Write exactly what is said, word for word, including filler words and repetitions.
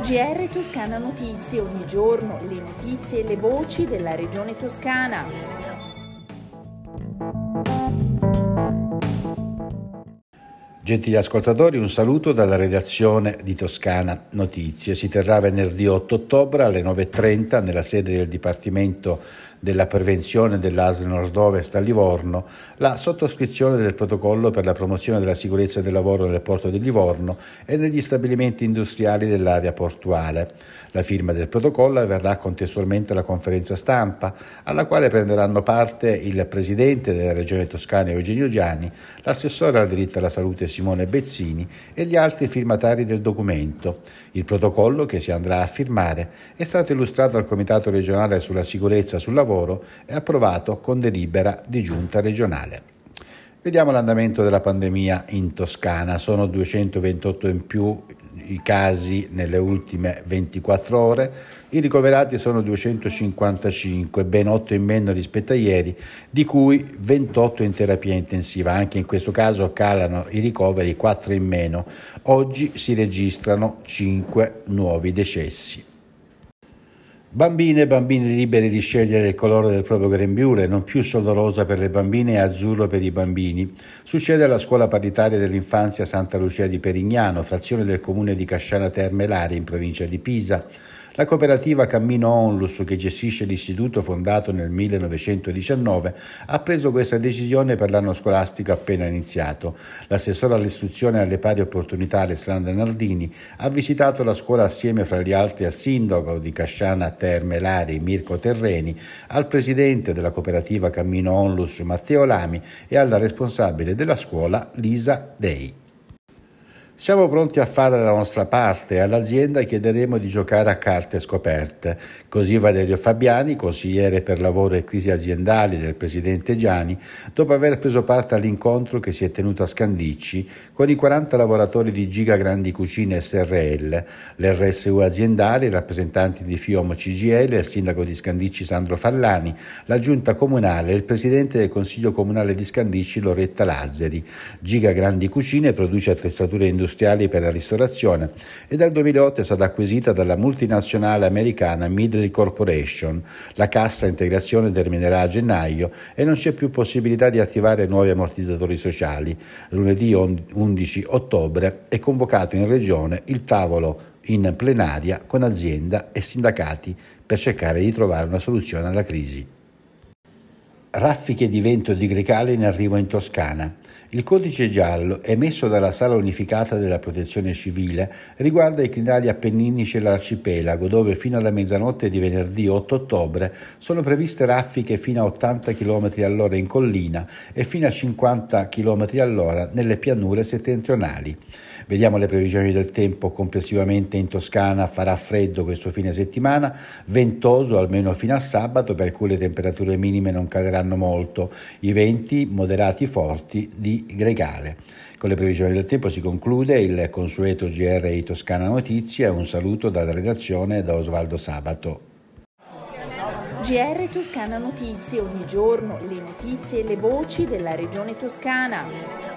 G R Toscana Notizie, ogni giorno le notizie e le voci della regione toscana. Gentili ascoltatori, un saluto dalla redazione di Toscana Notizie. Si terrà venerdì otto ottobre alle nove e trenta nella sede del Dipartimento della Prevenzione dell'A S L Nord-Ovest a Livorno la sottoscrizione del protocollo per la promozione della sicurezza del lavoro nel porto di Livorno e negli stabilimenti industriali dell'area portuale. La firma del protocollo avverrà contestualmente alla conferenza stampa, alla quale prenderanno parte il presidente della Regione Toscana Eugenio Giani, l'assessore al diritto alla salute Simone Bezzini e gli altri firmatari del documento. Il protocollo, che si andrà a firmare, è stato illustrato al Comitato regionale sulla sicurezza sul lavoro e approvato con delibera di giunta regionale. Vediamo l'andamento della pandemia in Toscana. Sono duecentoventotto in più i casi nelle ultime ventiquattro ore, i ricoverati sono duecentocinquantacinque, ben otto in meno rispetto a ieri, di cui ventotto in terapia intensiva. Anche in questo caso calano i ricoveri, quattro in meno. Oggi si registrano cinque nuovi decessi. Bambine e bambini liberi di scegliere il colore del proprio grembiule, non più solo rosa per le bambine e azzurro per i bambini. Succede alla scuola paritaria dell'infanzia Santa Lucia di Perignano, frazione del comune di Casciana Terme Lari, in provincia di Pisa. La cooperativa Cammino Onlus, che gestisce l'istituto fondato nel millenovecentodiciannove, ha preso questa decisione per l'anno scolastico appena iniziato. L'assessore all'istruzione e alle pari opportunità Alessandra Nardini ha visitato la scuola assieme fra gli altri al sindaco di Casciana Terme Lari Mirko Terreni, al presidente della cooperativa Cammino Onlus Matteo Lami e alla responsabile della scuola Lisa Dei. Siamo pronti a fare la nostra parte e all'azienda chiederemo di giocare a carte scoperte. Così Valerio Fabiani, consigliere per lavoro e crisi aziendali del presidente Giani, dopo aver preso parte all'incontro che si è tenuto a Scandicci con i quaranta lavoratori di Giga Grandi Cucine S R L, l'R S U aziendale, i rappresentanti di FIOM C G I L, il sindaco di Scandicci Sandro Fallani, la giunta comunale e il presidente del consiglio comunale di Scandicci Loretta Lazzari. Giga Grandi Cucine produce attrezzature industriali per la ristorazione e dal duemilaotto è stata acquisita dalla multinazionale americana Midley Corporation. La cassa integrazione terminerà a gennaio e non c'è più possibilità di attivare nuovi ammortizzatori sociali. Lunedì undici ottobre è convocato in regione il tavolo in plenaria con azienda e sindacati per cercare di trovare una soluzione alla crisi. Raffiche di vento di grecale in arrivo in Toscana. Il codice giallo, emesso dalla Sala Unificata della Protezione Civile, riguarda i crinali appenninici e l'arcipelago, dove fino alla mezzanotte di venerdì otto ottobre sono previste raffiche fino a ottanta chilometri all'ora in collina e fino a cinquanta chilometri all'ora nelle pianure settentrionali. Vediamo le previsioni del tempo. Complessivamente in Toscana farà freddo questo fine settimana, ventoso almeno fino a sabato, per cui le temperature minime non caleranno molto, i venti moderati forti di grecale. Con le previsioni del tempo si conclude il consueto G R I Toscana Notizie. Un saluto dalla redazione da Osvaldo Sabato. G R Toscana Notizie, ogni giorno le notizie e le voci della regione toscana.